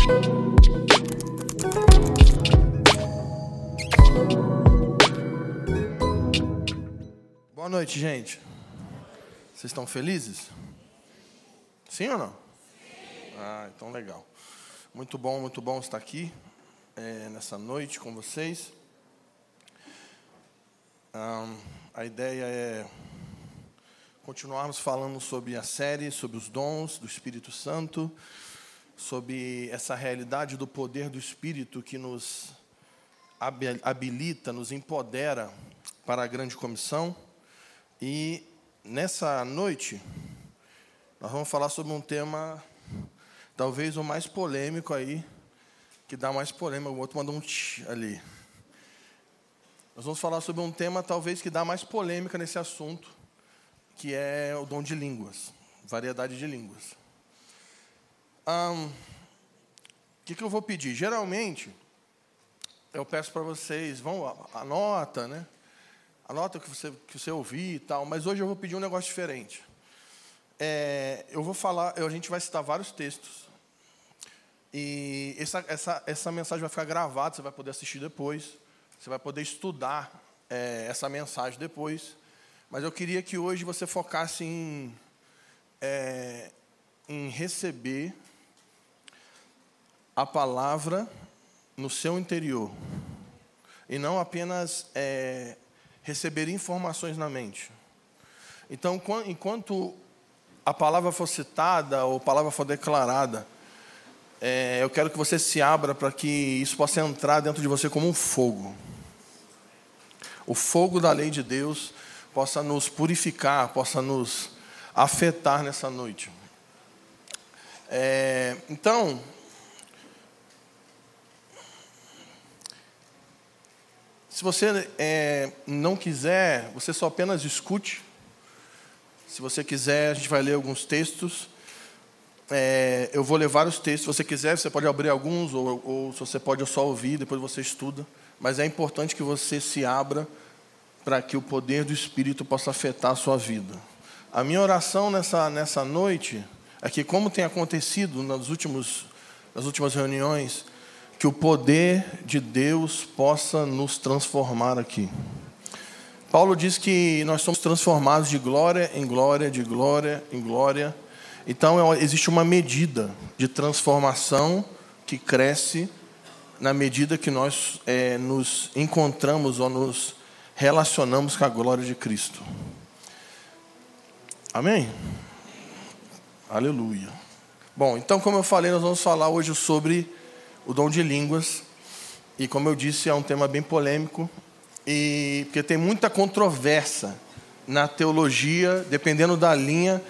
Boa noite, gente. Vocês estão felizes? Sim ou não? Sim. Ah, então legal. Muito bom estar aqui nessa noite com vocês. A ideia é continuarmos falando sobre a série, sobre os dons do Espírito Santo, sobre essa realidade do poder do Espírito que nos habilita, nos empodera para a grande comissão. E nessa noite, nós vamos falar sobre um tema, talvez o mais polêmico aí, que dá mais polêmica. O outro mandou um tch ali. Nós vamos falar sobre um tema, talvez, que dá mais polêmica nesse assunto, que é o dom de línguas, variedade de línguas. O que eu vou pedir? Geralmente, eu peço para vocês, anota, né? Anota o que você ouvir e tal, mas hoje eu vou pedir um negócio diferente. Eu vou falar, a gente vai citar vários textos, e essa mensagem vai ficar gravada, você vai poder assistir depois, você vai poder estudar essa mensagem depois, mas eu queria que hoje você focasse em receber a palavra no seu interior, e não apenas receber informações na mente. Então, enquanto a palavra for citada ou a palavra for declarada, eu quero que você se abra para que isso possa entrar dentro de você como um fogo. O fogo da lei de Deus possa nos purificar, possa nos afetar nessa noite. Então, se você não quiser, você só apenas escute. Se você quiser, a gente vai ler alguns textos. Eu vou ler vários textos. Se você quiser, você pode abrir alguns, ou se você pode só ouvir, depois você estuda. Mas é importante que você se abra para que o poder do Espírito possa afetar a sua vida. A minha oração nessa noite é que, como tem acontecido nas últimas reuniões, que o poder de Deus possa nos transformar aqui. Paulo diz que nós somos transformados de glória em glória, de glória em glória. Então, existe uma medida de transformação que cresce na medida que nós nos encontramos ou nos relacionamos com a glória de Cristo. Amém? Aleluia. Bom, então, como eu falei, nós vamos falar hoje sobre o dom de línguas. E, como eu disse, é um tema bem polêmico, porque tem muita controvérsia na teologia, dependendo da linha,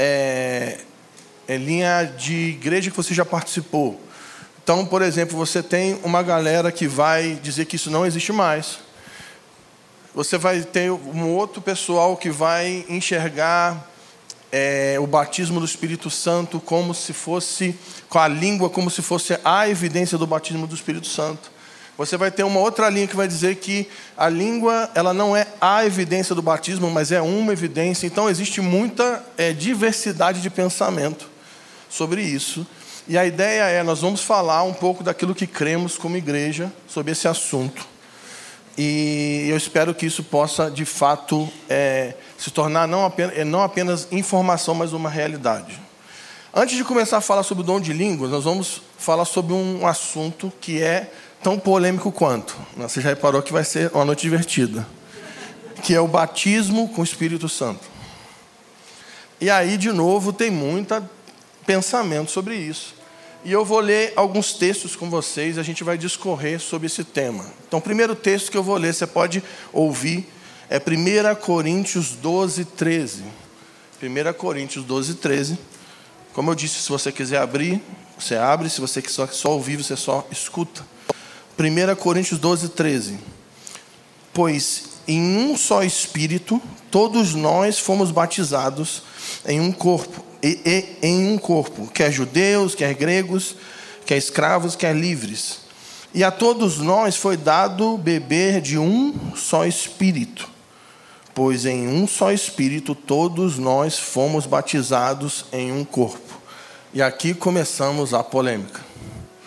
linha de igreja que você já participou. Então, por exemplo, você tem uma galera que vai dizer que isso não existe mais. Você vai ter um outro pessoal que vai enxergar o batismo do Espírito Santo como se fosse, com a língua, como se fosse a evidência do batismo do Espírito Santo. Você vai ter uma outra linha que vai dizer que a língua, ela não é a evidência do batismo, mas é uma evidência. Então, existe muita diversidade de pensamento sobre isso. E a ideia nós vamos falar um pouco daquilo que cremos como igreja sobre esse assunto. E eu espero que isso possa, de fato, se tornar não apenas informação, mas uma realidade. Antes de começar a falar sobre o dom de línguas, nós vamos falar sobre um assunto que é tão polêmico quanto. Você já reparou que vai ser uma noite divertida. Que é o batismo com o Espírito Santo. E aí, de novo, tem muito pensamento sobre isso. E eu vou ler alguns textos com vocês, e a gente vai discorrer sobre esse tema. Então, o primeiro texto que eu vou ler, você pode ouvir, é 1 Coríntios 12, 13. 1 Coríntios 12, 13. Como eu disse, se você quiser abrir, você abre. Se você quiser só ouvir, você só escuta. 1 Coríntios 12, 13. Pois em um só Espírito, todos nós fomos batizados em um corpo, em um corpo, quer judeus, quer gregos, quer escravos, quer livres. E a todos nós foi dado beber de um só Espírito. Pois em um só Espírito todos nós fomos batizados em um corpo. E aqui começamos a polêmica.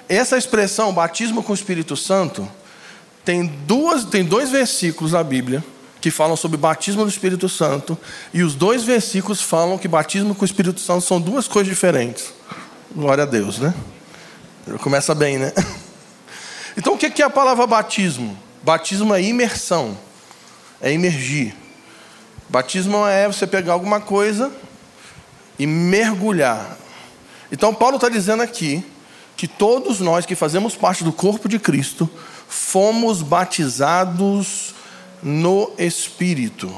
Essa expressão, batismo com o Espírito Santo, tem dois versículos na Bíblia que falam sobre batismo do Espírito Santo, e os 2 versículos falam que batismo com o Espírito Santo são 2 coisas diferentes. Glória a Deus, né? Começa bem, né? Então o que é a palavra batismo? Batismo é imersão, é imergir. Batismo é você pegar alguma coisa e mergulhar. Então Paulo está dizendo aqui que todos nós que fazemos parte do corpo de Cristo fomos batizados no Espírito.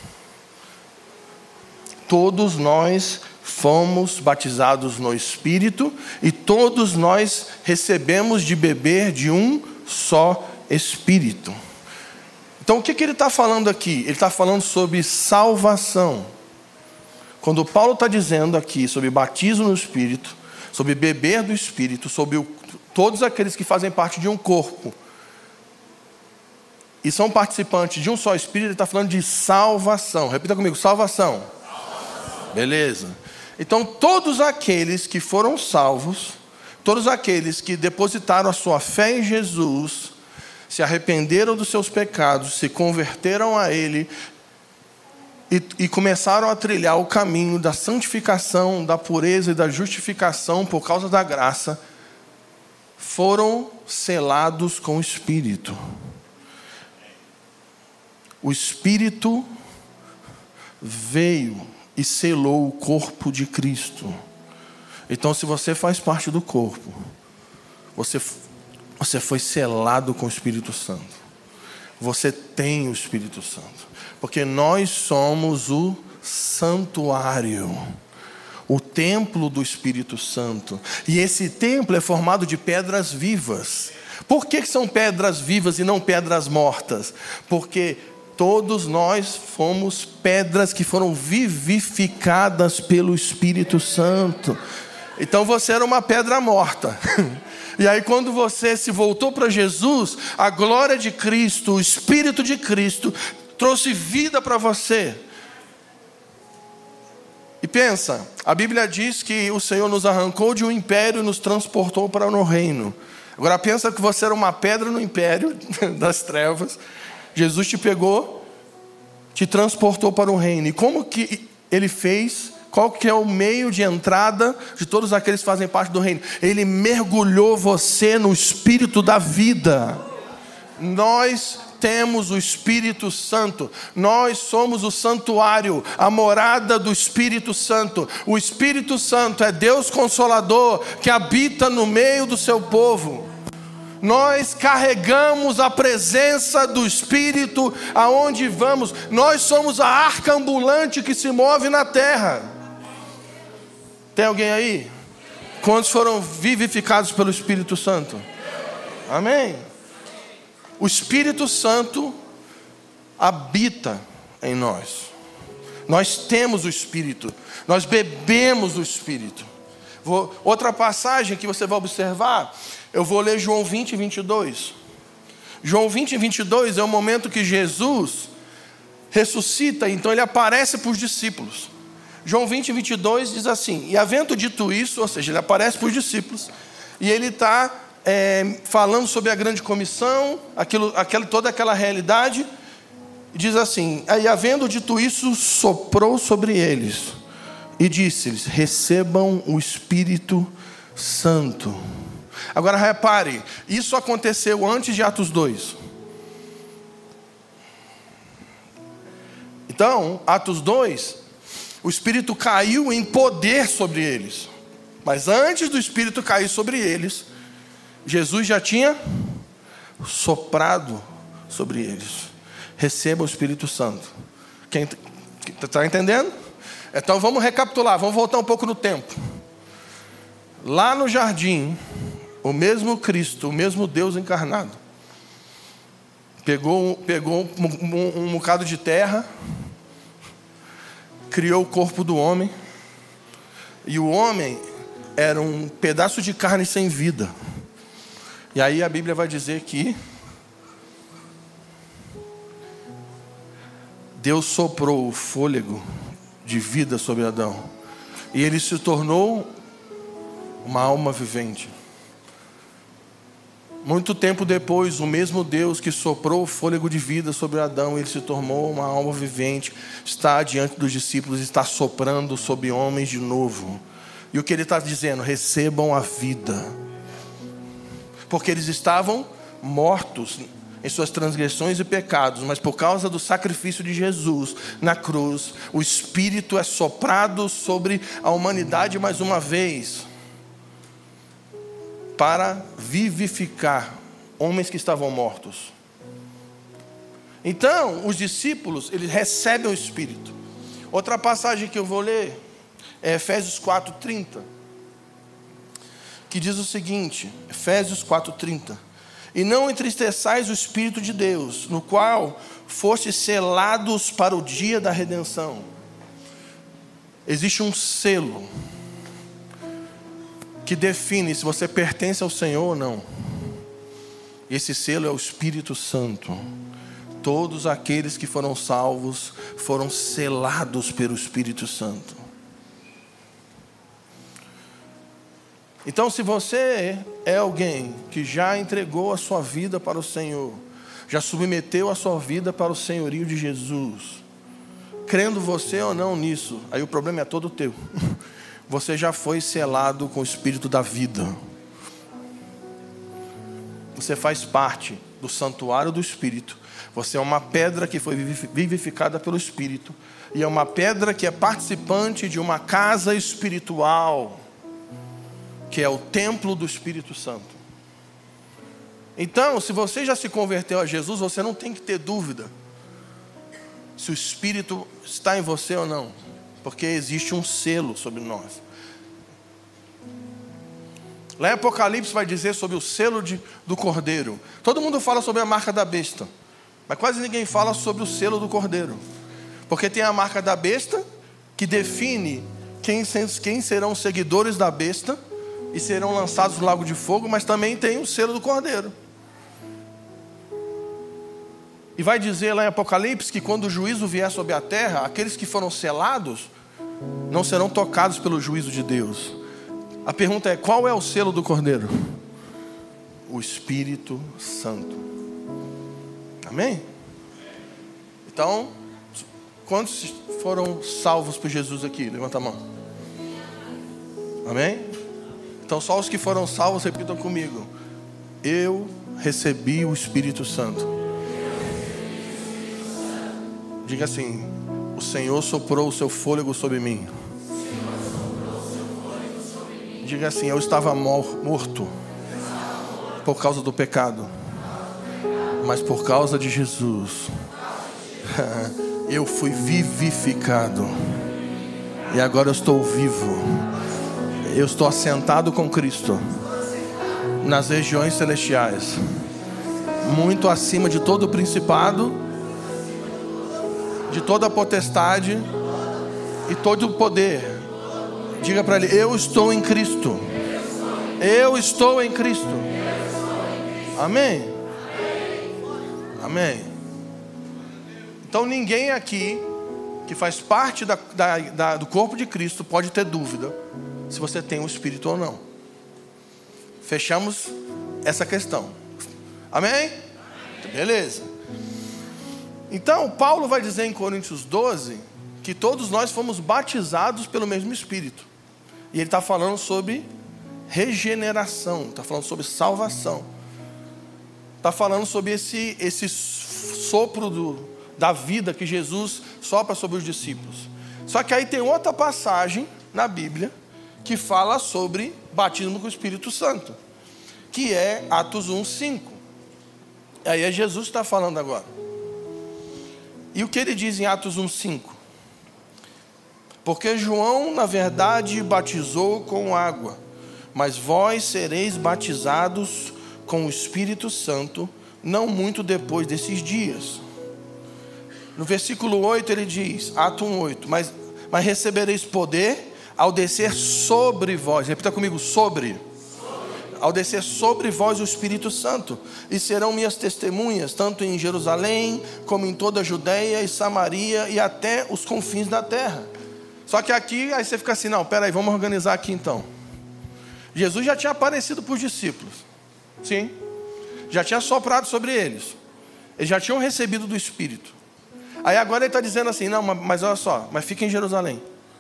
Todos nós fomos batizados no Espírito e todos nós recebemos de beber de um só Espírito. Então o que ele está falando aqui? Ele está falando sobre salvação. Quando Paulo está dizendo aqui sobre batismo no Espírito, sobre beber do Espírito, sobre todos aqueles que fazem parte de um corpo e são participantes de um só Espírito, ele está falando de salvação. Repita comigo, salvação. Beleza. Então todos aqueles que foram salvos, todos aqueles que depositaram a sua fé em Jesus, se arrependeram dos seus pecados, se converteram a Ele e começaram a trilhar o caminho da santificação, da pureza e da justificação por causa da graça, foram selados com o Espírito. O Espírito veio e selou o corpo de Cristo. Então, se você faz parte do corpo, você foi selado com o Espírito Santo. Você tem o Espírito Santo. Porque nós somos o santuário, o templo do Espírito Santo. E esse templo é formado de pedras vivas. Por que são pedras vivas e não pedras mortas? Porque todos nós fomos pedras que foram vivificadas pelo Espírito Santo. Então você era uma pedra morta. E aí quando você se voltou para Jesus, a glória de Cristo, o Espírito de Cristo, trouxe vida para você. E pensa, a Bíblia diz que o Senhor nos arrancou de um império e nos transportou para um reino. Agora pensa que você era uma pedra no império das trevas. Jesus te pegou, te transportou para um reino. E como que Ele fez? Qual que é o meio de entrada de todos aqueles que fazem parte do reino? Ele mergulhou você no Espírito da vida. Nós temos o Espírito Santo. Nós somos o santuário, a morada do Espírito Santo. O Espírito Santo é Deus Consolador que habita no meio do seu povo. Nós carregamos a presença do Espírito aonde vamos. Nós somos a arca ambulante que se move na terra. Tem alguém aí? Quantos foram vivificados pelo Espírito Santo? Amém. O Espírito Santo habita em nós. Nós temos o Espírito. Nós bebemos do Espírito. Outra passagem que você vai observar, eu vou ler João 20, 22. João 20, 22 é o momento que Jesus ressuscita, então ele aparece para os discípulos. João 20, 22 diz assim: e havendo dito isso, ou seja, ele aparece para os discípulos, e ele está falando sobre a grande comissão, toda aquela realidade, e diz assim: e havendo dito isso, soprou sobre eles, e disse-lhes: recebam o Espírito Santo. Agora repare, isso aconteceu antes de Atos 2. Então, Atos 2, o Espírito caiu em poder sobre eles. Mas antes do Espírito cair sobre eles, Jesus já tinha soprado sobre eles. Receba o Espírito Santo. Quem está entendendo? Então vamos recapitular, vamos voltar um pouco no tempo. Lá no jardim, o mesmo Cristo, o mesmo Deus encarnado, pegou um bocado de terra, criou o corpo do homem, e o homem era um pedaço de carne sem vida. E aí a Bíblia vai dizer que Deus soprou o fôlego de vida sobre Adão, e ele se tornou uma alma vivente. Muito tempo depois, o mesmo Deus que soprou o fôlego de vida sobre Adão, ele se tornou uma alma vivente, está diante dos discípulos, está soprando sobre homens de novo. E o que ele está dizendo? Recebam a vida. Porque eles estavam mortos em suas transgressões e pecados, mas por causa do sacrifício de Jesus na cruz, o Espírito é soprado sobre a humanidade mais uma vez, para vivificar homens que estavam mortos. Então, os discípulos, eles recebem o Espírito. Outra passagem que eu vou ler é Efésios 4:30, que diz o seguinte, Efésios 4:30: e não entristeçais o Espírito de Deus, no qual fostes selados para o dia da redenção. Existe um selo que define se você pertence ao Senhor ou não. Esse selo é o Espírito Santo. Todos aqueles que foram salvos foram selados pelo Espírito Santo. Então, se você é alguém que já entregou a sua vida para o Senhor, já submeteu a sua vida para o senhorio de Jesus, crendo você ou não nisso, aí o problema é todo teu. Você já foi selado com o Espírito da vida. Você faz parte do santuário do Espírito. Você é uma pedra que foi vivificada pelo Espírito. E é uma pedra que é participante de uma casa espiritual, que é o templo do Espírito Santo. Então, se você já se converteu a Jesus, você não tem que ter dúvida se o Espírito está em você ou não, porque existe um selo sobre nós. Lá em Apocalipse vai dizer sobre o selo do Cordeiro. Todo mundo fala sobre a marca da besta, mas quase ninguém fala sobre o selo do Cordeiro, porque tem a marca da besta, que define quem serão seguidores da besta e serão lançados no lago de fogo, mas também tem o selo do Cordeiro. E vai dizer lá em Apocalipse que quando o juízo vier sobre a terra, aqueles que foram selados não serão tocados pelo juízo de Deus. A pergunta é: qual é o selo do Cordeiro? O Espírito Santo. Amém? Então, quantos foram salvos por Jesus aqui? Levanta a mão. Amém? Então só os que foram salvos repitam comigo: eu recebi o Espírito Santo. Diga assim: o Senhor soprou o seu fôlego sobre mim. Diga assim: eu estava morto por causa do pecado, mas por causa de Jesus eu fui vivificado, e agora eu estou vivo. Eu estou assentado com Cristo nas regiões celestiais, muito acima de todo o principado, de toda a potestade e todo o poder. Diga para ele: eu estou em Cristo. Eu estou em Cristo. Amém? Amém. Então ninguém aqui que faz parte do corpo de Cristo pode ter dúvida se você tem o Espírito ou não. Fechamos essa questão. Amém? Beleza. Então Paulo vai dizer em Coríntios 12 que todos nós fomos batizados pelo mesmo Espírito. E ele está falando sobre regeneração, está falando sobre salvação, está falando sobre esse sopro da vida que Jesus sopra sobre os discípulos. Só que aí tem outra passagem na Bíblia que fala sobre batismo com o Espírito Santo, que é Atos 1:5. Aí é Jesus que está falando agora. E o que ele diz em Atos 1:5? Porque João, na verdade, batizou com água, mas vós sereis batizados com o Espírito Santo, não muito depois desses dias. No versículo 8 ele diz, Atos 1:8, mas recebereis poder ao descer sobre vós. Repita comigo: sobre. Ao descer sobre vós o Espírito Santo, e serão minhas testemunhas, tanto em Jerusalém, como em toda a Judeia e Samaria, e até os confins da terra. Só que aqui, aí você fica assim: não, peraí, vamos organizar aqui então. Jesus já tinha aparecido para os discípulos, sim, já tinha soprado sobre eles. Eles já tinham recebido do Espírito. Aí agora ele está dizendo assim, não, mas olha só, mas fica em Jerusalém.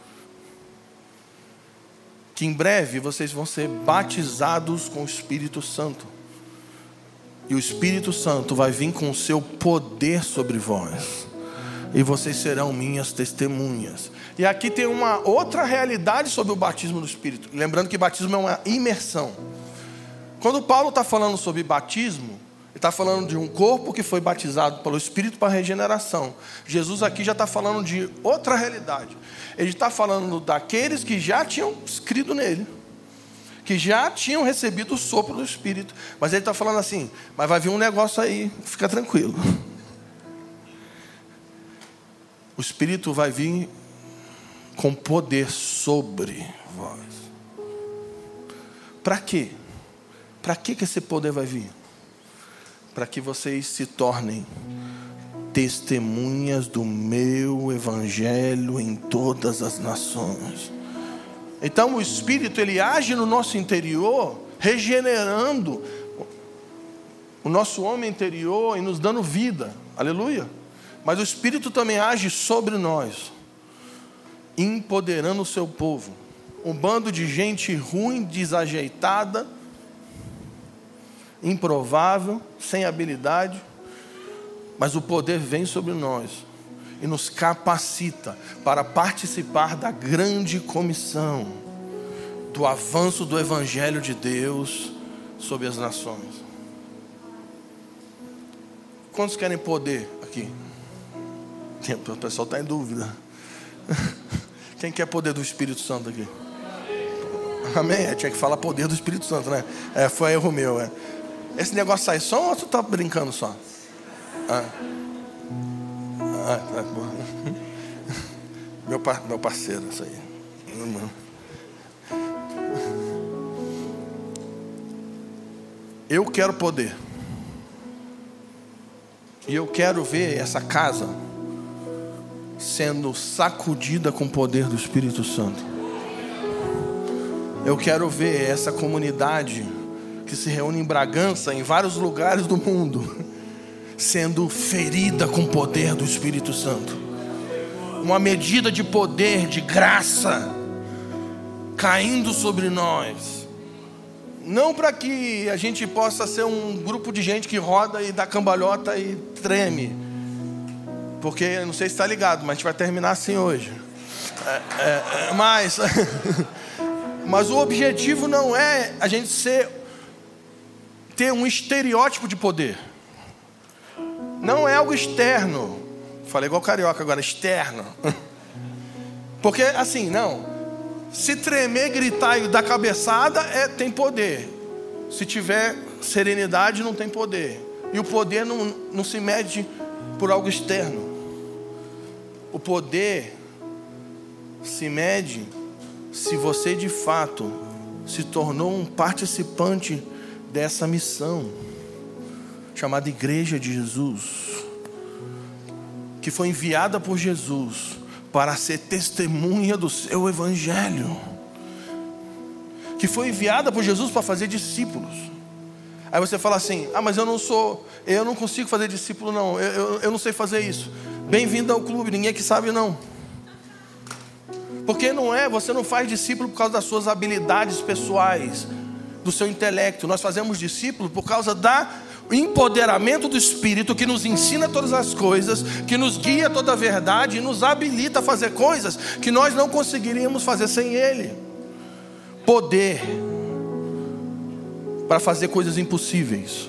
Que em breve vocês vão ser batizados com o Espírito Santo. E o Espírito Santo vai vir com o seu poder sobre vós. E vocês serão minhas testemunhas. E aqui tem uma outra realidade sobre o batismo do Espírito. Lembrando que batismo é uma imersão. Quando Paulo está falando sobre batismo, ele está falando de um corpo que foi batizado pelo Espírito para regeneração. Jesus aqui já está falando de outra realidade. Ele está falando daqueles que já tinham crido nele, que já tinham recebido o sopro do Espírito. Mas ele está falando assim, mas vai vir um negócio aí, fica tranquilo. O Espírito vai vir com poder sobre vós. Para quê? Para que esse poder vai vir? Para que vocês se tornem testemunhas do meu evangelho em todas as nações. Então o Espírito, ele age no nosso interior, regenerando o nosso homem interior e nos dando vida. Aleluia. Mas o Espírito também age sobre nós, empoderando o seu povo. Um bando de gente ruim, desajeitada, improvável, sem habilidade, mas o poder vem sobre nós e nos capacita para participar da grande comissão, do avanço do Evangelho de Deus sobre as nações. Quantos querem poder aqui? O pessoal está em dúvida. Quem quer poder do Espírito Santo aqui? Amém? Tinha que falar poder do Espírito Santo, né? Foi erro meu. Esse negócio sai som ou tu tá brincando só? Tá bom. Meu parceiro, isso aí. Eu quero poder. E eu quero ver essa casa sendo sacudida com o poder do Espírito Santo. Eu quero ver essa comunidade que se reúne em Bragança, em vários lugares do mundo, sendo ferida com o poder do Espírito Santo. Uma medida de poder, de graça, caindo sobre nós. Não para que a gente possa ser um grupo de gente que roda e dá cambalhota e treme. Porque, não sei se está ligado, mas a gente vai terminar assim hoje. Mas o objetivo não é a gente ter um estereótipo de poder. Não é algo externo. Falei igual carioca agora, externo. Porque assim, não. Se tremer, gritar e dar cabeçada, tem poder. Se tiver serenidade, não tem poder. E o poder não se mede por algo externo. O poder se mede se você de fato se tornou um participante dessa missão chamada Igreja de Jesus, que foi enviada por Jesus para ser testemunha do seu evangelho, que foi enviada por Jesus para fazer discípulos. Aí você fala assim, mas eu não consigo fazer discípulo não, eu não sei fazer isso. Bem-vindo ao clube, ninguém aqui sabe não. Porque você não faz discípulo por causa das suas habilidades pessoais, do seu intelecto. Nós fazemos discípulo por causa do empoderamento do Espírito, que nos ensina todas as coisas, que nos guia toda a verdade e nos habilita a fazer coisas que nós não conseguiríamos fazer sem Ele. Poder para fazer coisas impossíveis,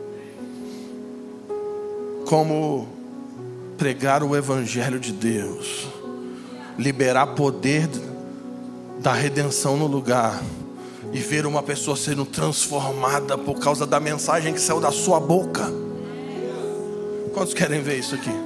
como pregar o Evangelho de Deus, liberar poder da redenção no lugar e ver uma pessoa sendo transformada por causa da mensagem que saiu da sua boca. Quantos querem ver isso aqui?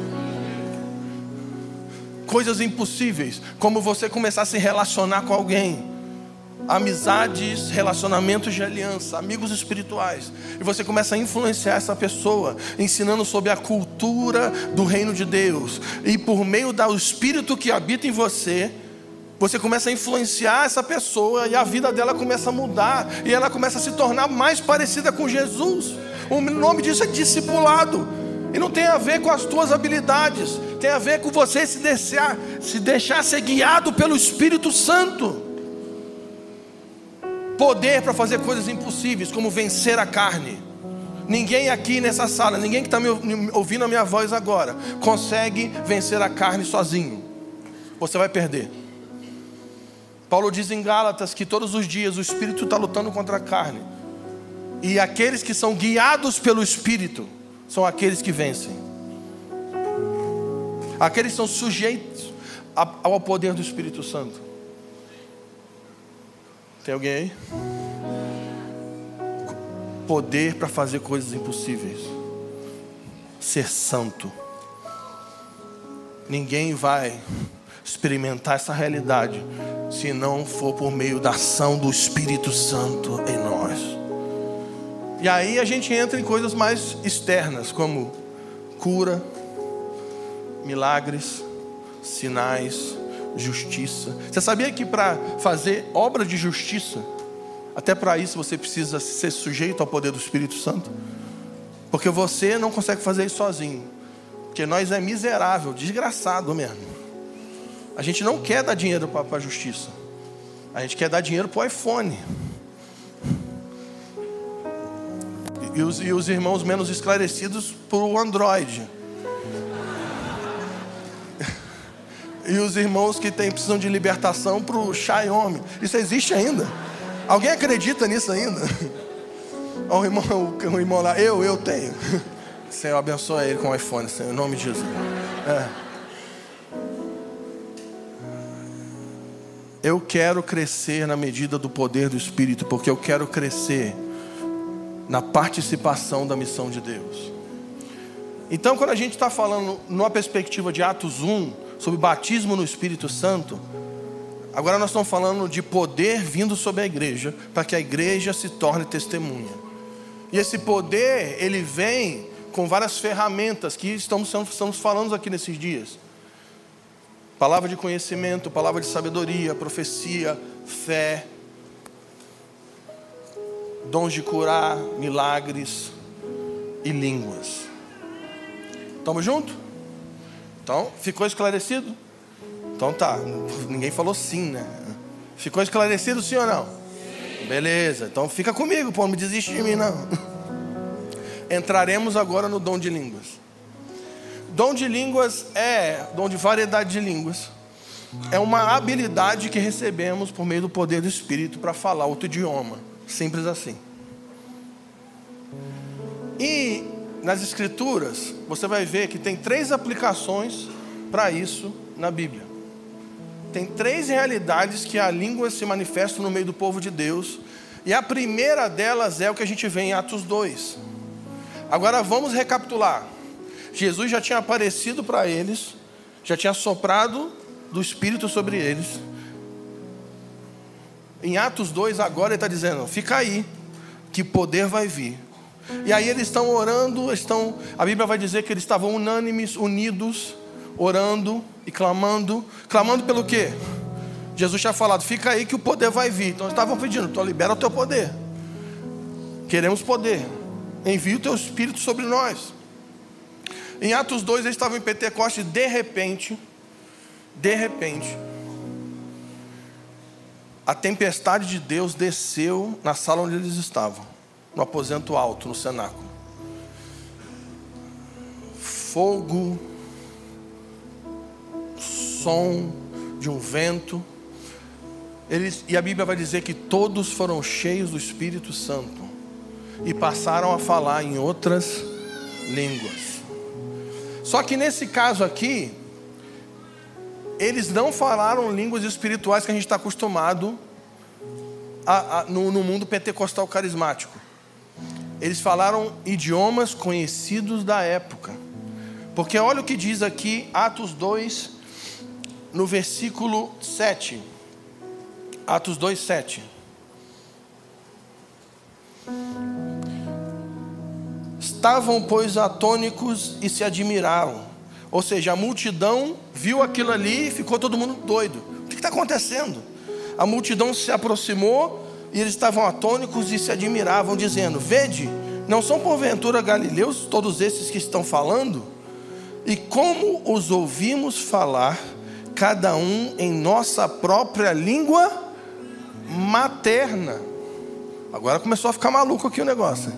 Coisas impossíveis, como você começar a se relacionar com alguém, amizades, relacionamentos de aliança, amigos espirituais, e você começa a influenciar essa pessoa, ensinando sobre a cultura do reino de Deus, e por meio do Espírito que habita em você, você começa a influenciar essa pessoa, e a vida dela começa a mudar, e ela começa a se tornar mais parecida com Jesus. O nome disso é discipulado. E não tem a ver com as tuas habilidades. Tem a ver com você se deixar ser guiado pelo Espírito Santo. Poder para fazer coisas impossíveis, como vencer a carne. Ninguém aqui nessa sala, ninguém que está me ouvindo a minha voz agora, consegue vencer a carne sozinho. Você vai perder. Paulo diz em Gálatas que todos os dias o Espírito está lutando contra a carne. E aqueles que são guiados pelo Espírito são aqueles que vencem. Aqueles que são sujeitos ao poder do Espírito Santo. Tem alguém aí? Poder para fazer coisas impossíveis. Ser santo. Ninguém vai experimentar essa realidade se não for por meio da ação do Espírito Santo em nós. E aí a gente entra em coisas mais externas, como cura, milagres, sinais, justiça. Você sabia que para fazer obra de justiça, até para isso você precisa ser sujeito ao poder do Espírito Santo? Porque você não consegue fazer isso sozinho. Porque nós é miserável, desgraçado mesmo. A gente não quer dar dinheiro para a justiça. A gente quer dar dinheiro para o iPhone. E os irmãos menos esclarecidos para o Android. E os irmãos que precisam de libertação para o Xiaomi. Isso existe ainda? Alguém acredita nisso ainda? Olha o irmão lá, eu tenho. Senhor, abençoa ele com o iPhone, Senhor, em nome de Jesus. Eu quero crescer na medida do poder do Espírito, porque eu quero crescer na participação da missão de Deus. Então, quando a gente está falando numa perspectiva de Atos 1, sobre batismo no Espírito Santo, agora nós estamos falando de poder vindo sobre a igreja, para que a igreja se torne testemunha. E esse poder, ele vem com várias ferramentas que estamos falando aqui nesses dias. Palavra de conhecimento, palavra de sabedoria, profecia, fé, dons de curar, milagres e línguas. Estamos juntos? Então, ficou esclarecido? Então tá, ninguém falou sim, né? Ficou esclarecido sim ou não? Sim. Beleza, então fica comigo, pô, não desiste de mim não. Entraremos agora no dom de línguas. Dom de línguas dom de variedade de línguas. É uma habilidade que recebemos por meio do poder do Espírito para falar outro idioma. Simples assim. E nas Escrituras, você vai ver que tem 3 aplicações para isso na Bíblia. Tem 3 realidades que a língua se manifesta no meio do povo de Deus. E a primeira delas é o que a gente vê em Atos 2. Agora vamos recapitular. Jesus já tinha aparecido para eles, já tinha soprado do Espírito sobre eles. Em Atos 2 agora ele está dizendo, fica aí, que poder vai vir. E aí eles estão orando, a Bíblia vai dizer que eles estavam unânimes, unidos, orando e clamando. Clamando pelo quê? Jesus tinha falado, fica aí que o poder vai vir. Então eles estavam pedindo, então libera o teu poder. Queremos poder. Envia o teu Espírito sobre nós. Em Atos 2 eles estavam em Pentecostes, de repente, a tempestade de Deus desceu na sala onde eles estavam, no aposento alto, no cenáculo. Fogo, som de um vento. E a Bíblia vai dizer que todos foram cheios do Espírito Santo e passaram a falar em outras línguas. Só que nesse caso aqui, eles não falaram línguas espirituais que a gente está acostumado no mundo pentecostal carismático. Eles falaram idiomas conhecidos da época. Porque olha o que diz aqui, Atos 2, no versículo 7. Atos 2, 7. Estavam, pois, atônicos e se admiraram. Ou seja, a multidão viu aquilo ali e ficou todo mundo doido. O que está acontecendo? A multidão se aproximou e eles estavam atônicos e se admiravam, dizendo, vede, Não são porventura galileus todos esses que estão falando? E como os ouvimos falar, cada um em nossa própria língua materna. Agora começou a ficar maluco aqui o negócio.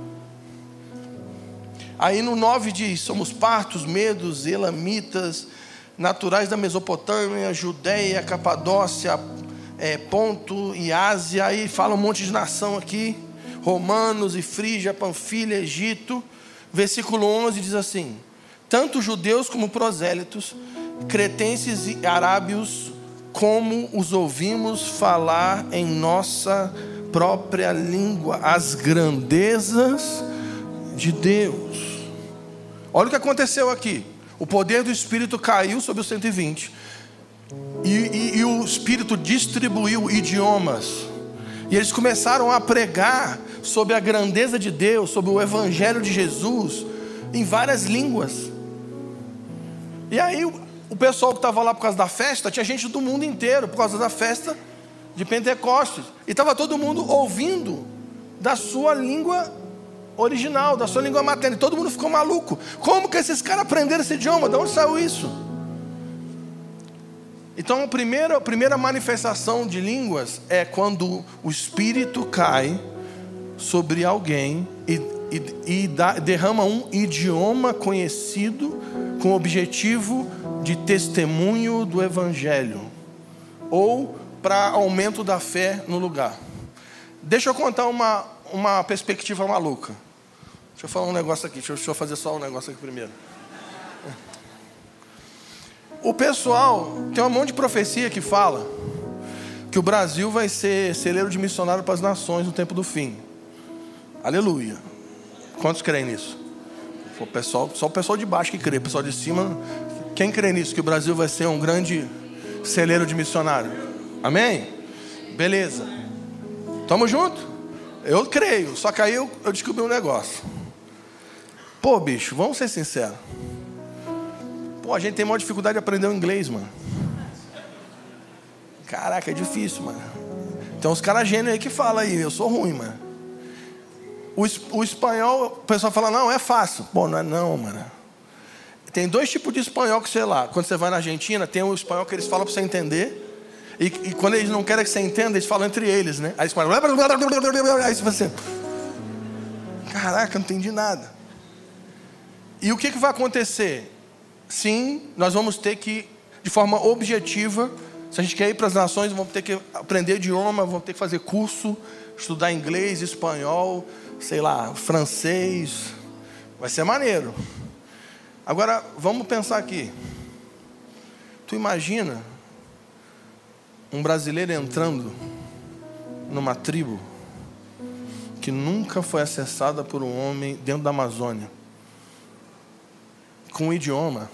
Aí no 9 diz: somos partos, medos, elamitas, naturais da Mesopotâmia, Judeia, Capadócia, Ponto e Ásia. Aí fala um monte de nação aqui: romanos e Frígia, Panfilha, Egito. Versículo 11 diz assim: tanto judeus como prosélitos, cretenses e arábios, como os ouvimos falar em nossa própria língua as grandezas de Deus. Olha o que aconteceu aqui. O poder do Espírito caiu sobre os 120. E o Espírito distribuiu idiomas. E eles começaram a pregar sobre a grandeza de Deus, sobre o Evangelho de Jesus, em várias línguas. E aí o pessoal que estava lá por causa da festa, tinha gente do mundo inteiro, por causa da festa de Pentecostes. E estava todo mundo ouvindo da sua língua original, da sua língua materna. E todo mundo ficou maluco. Como que esses caras aprenderam esse idioma? De onde saiu isso? Então a primeira manifestação de línguas é quando o Espírito cai sobre alguém e derrama um idioma conhecido com o objetivo de testemunho do Evangelho ou para aumento da fé no lugar. Deixa eu contar uma perspectiva maluca. Deixa eu falar um negócio aqui. Deixa eu fazer só um negócio aqui primeiro. O pessoal tem um monte de profecia que fala que o Brasil vai ser celeiro de missionário para as nações no tempo do fim. Aleluia. Quantos creem nisso? Só o pessoal de baixo que crê. O pessoal de cima, quem crê nisso? Que o Brasil vai ser um grande celeiro de missionário? Amém? Beleza. Tamo junto? Eu creio. Só que aí eu descobri um negócio. Pô, bicho, vamos ser sinceros. Pô, a gente tem maior dificuldade de aprender o inglês, mano. Caraca, é difícil, mano. Tem uns caras gênios aí que falam aí, eu sou ruim, mano. O espanhol, o pessoal fala, não, é fácil. Pô, não é não, mano. Tem dois tipos de espanhol que, sei lá, quando você vai na Argentina, tem o espanhol que eles falam para você entender. E quando eles não querem que você entenda, eles falam entre eles, né? Aí você fala... Aí você fala assim... Caraca, não entendi nada. E o que vai acontecer? Sim, nós vamos ter que, de forma objetiva, se a gente quer ir para as nações, vamos ter que aprender idioma, vamos ter que fazer curso, estudar inglês, espanhol, sei lá, francês. Vai ser maneiro. Agora, vamos pensar aqui. Tu imagina um brasileiro entrando numa tribo que nunca foi acessada por um homem dentro da Amazônia, com um idioma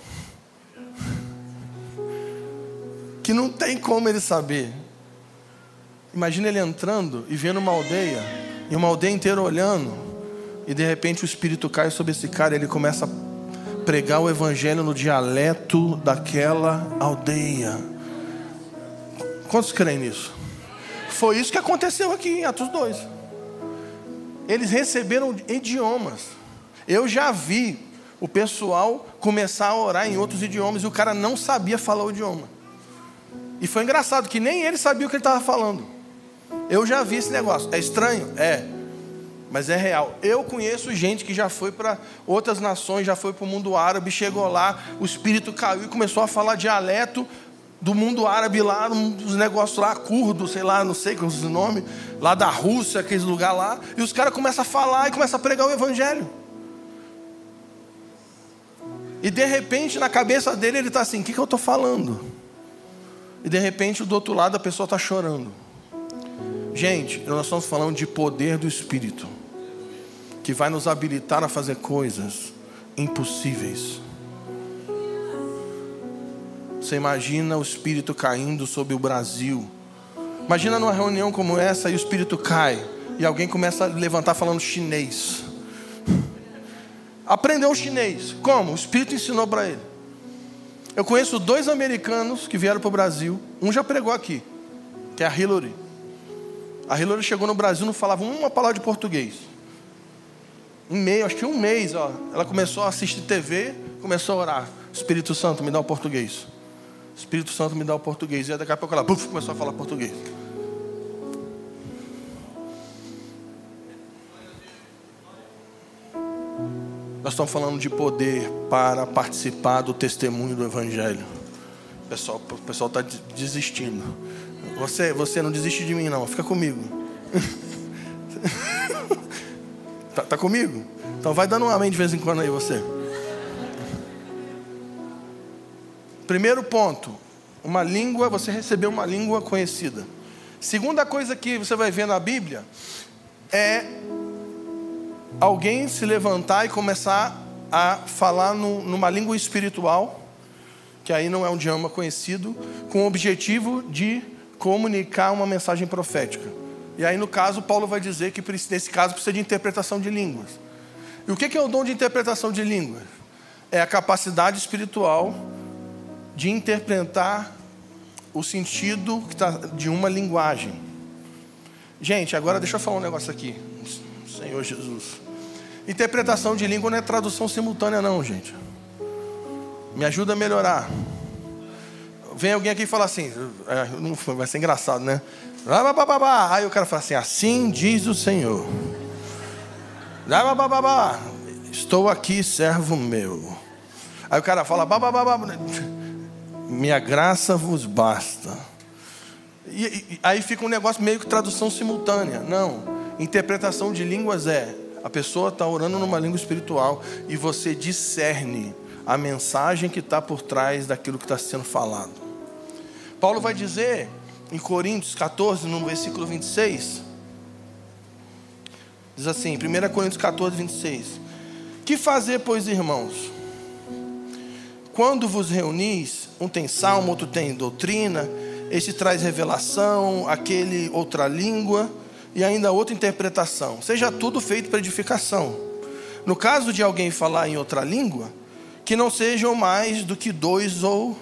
que não tem como ele saber. Imagina ele entrando e vendo uma aldeia, e uma aldeia inteira olhando, e de repente o Espírito cai sobre esse cara e ele começa a pregar o Evangelho no dialeto daquela aldeia. Quantos creem nisso? Foi isso que aconteceu aqui em Atos 2. Eles receberam idiomas. Eu já vi o pessoal começar a orar em outros idiomas e o cara não sabia falar o idioma. E foi engraçado que nem ele sabia o que ele estava falando. Eu já vi esse negócio. É estranho? É. Mas é real. Eu conheço gente que já foi para outras nações, já foi para o mundo árabe, chegou lá, o Espírito caiu e começou a falar dialeto do mundo árabe lá, os negócios lá, curdo, sei lá, não sei qual é o nome, lá da Rússia, aqueles lugares lá, e os caras começam a falar e começam a pregar o Evangelho. E de repente, na cabeça dele, ele está assim, o que eu estou falando? E de repente, do outro lado, a pessoa está chorando. Gente, nós estamos falando de poder do Espírito, que vai nos habilitar a fazer coisas impossíveis. Você imagina o Espírito caindo sobre o Brasil. Imagina numa reunião como essa e o Espírito cai e alguém começa a levantar falando chinês. Aprendeu chinês. Como? O Espírito ensinou para ele. Eu conheço 2 americanos que vieram para o Brasil. Um já pregou aqui, que é a Hillary. A Hillary chegou no Brasil e não falava uma palavra de português. acho que um mês, ó, ela começou a assistir TV, começou a orar. Espírito Santo, me dá o português. Espírito Santo, me dá o português. E daqui a pouco ela começou a falar português. Nós estamos falando de poder para participar do testemunho do Evangelho. O pessoal está desistindo. Você não desiste de mim, não. Fica comigo. Tá comigo? Então vai dando um amém de vez em quando aí você. Primeiro ponto. Você recebeu uma língua conhecida. Segunda coisa que você vai ver na Bíblia é alguém se levantar e começar a falar numa língua espiritual, que aí não é um idioma conhecido, com o objetivo de comunicar uma mensagem profética. E aí no caso, Paulo vai dizer que nesse caso precisa de interpretação de línguas. E o que é o dom de interpretação de línguas? É a capacidade espiritual de interpretar o sentido de uma linguagem. Gente, agora deixa eu falar um negócio aqui. Senhor Jesus. Interpretação de língua não é tradução simultânea não, gente. Me ajuda a melhorar. Vem alguém aqui e fala assim, vai ser engraçado, né? Aí o cara fala assim, assim diz o Senhor. Estou aqui, servo meu. Aí o cara fala, minha graça vos basta. E aí fica um negócio meio que tradução simultânea. Não, interpretação de línguas a pessoa está orando numa língua espiritual e você discerne a mensagem que está por trás daquilo que está sendo falado. Paulo vai dizer em Coríntios 14, no versículo 26, diz assim, 1 Coríntios 14, 26, que fazer, pois, irmãos? Quando vos reunis, um tem salmo, outro tem doutrina, este traz revelação, aquele outra língua, e ainda outra interpretação. Seja tudo feito para edificação. No caso de alguém falar em outra língua, que não sejam mais do que 2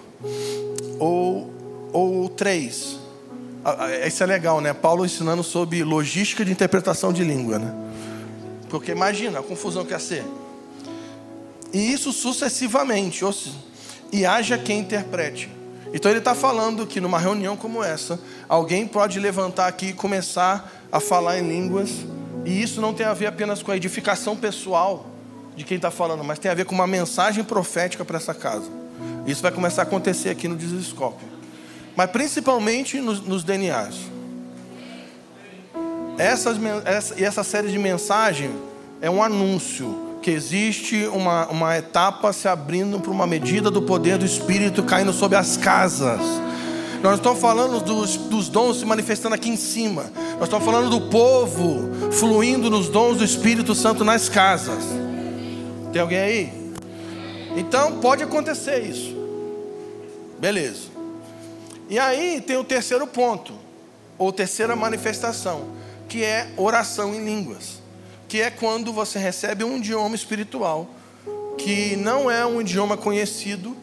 ou 3. Isso é legal, né? Paulo ensinando sobre logística de interpretação de língua, né? Porque imagina a confusão que ia ser. E isso sucessivamente. E haja quem interprete. Então ele está falando que numa reunião como essa, alguém pode levantar aqui e começar a falar em línguas. E isso não tem a ver apenas com a edificação pessoal de quem está falando, mas tem a ver com uma mensagem profética para essa casa. Isso vai começar a acontecer aqui no Desescope. Mas principalmente nos DNAs. Essa série de mensagens é um anúncio que existe uma etapa se abrindo para uma medida do poder do Espírito caindo sobre as casas. Nós estamos falando dos dons se manifestando aqui em cima. Nós estamos falando do povo fluindo nos dons do Espírito Santo nas casas. Tem alguém aí? Então pode acontecer isso. Beleza. E aí tem o terceiro ponto, ou terceira manifestação, que é oração em línguas. Que é quando você recebe um idioma espiritual, que não é um idioma conhecido,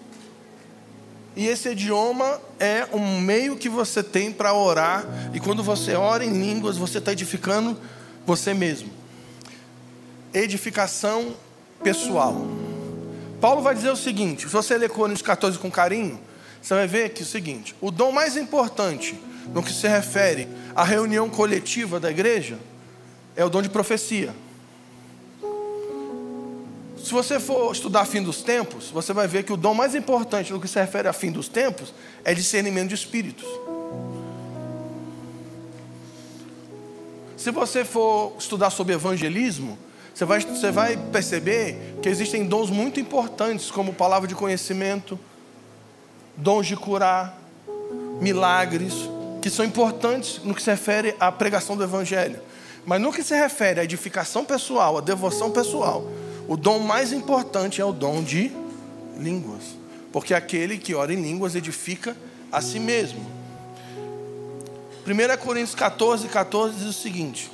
e esse idioma é um meio que você tem para orar, e quando você ora em línguas, você está edificando você mesmo. Edificação pessoal. Paulo vai dizer o seguinte, se você ler Coríntios 14 com carinho, você vai ver que é o seguinte, o dom mais importante no que se refere à reunião coletiva da igreja é o dom de profecia. Se você for estudar fim dos tempos, você vai ver que o dom mais importante no que se refere a fim dos tempos é discernimento de espíritos. Se você for estudar sobre evangelismo, você vai perceber que existem dons muito importantes, como palavra de conhecimento, dons de curar, milagres, que são importantes no que se refere à pregação do evangelho. Mas no que se refere à edificação pessoal, à devoção pessoal, o dom mais importante é o dom de línguas. Porque aquele que ora em línguas edifica a si mesmo. 1 Coríntios 14, 14 diz o seguinte: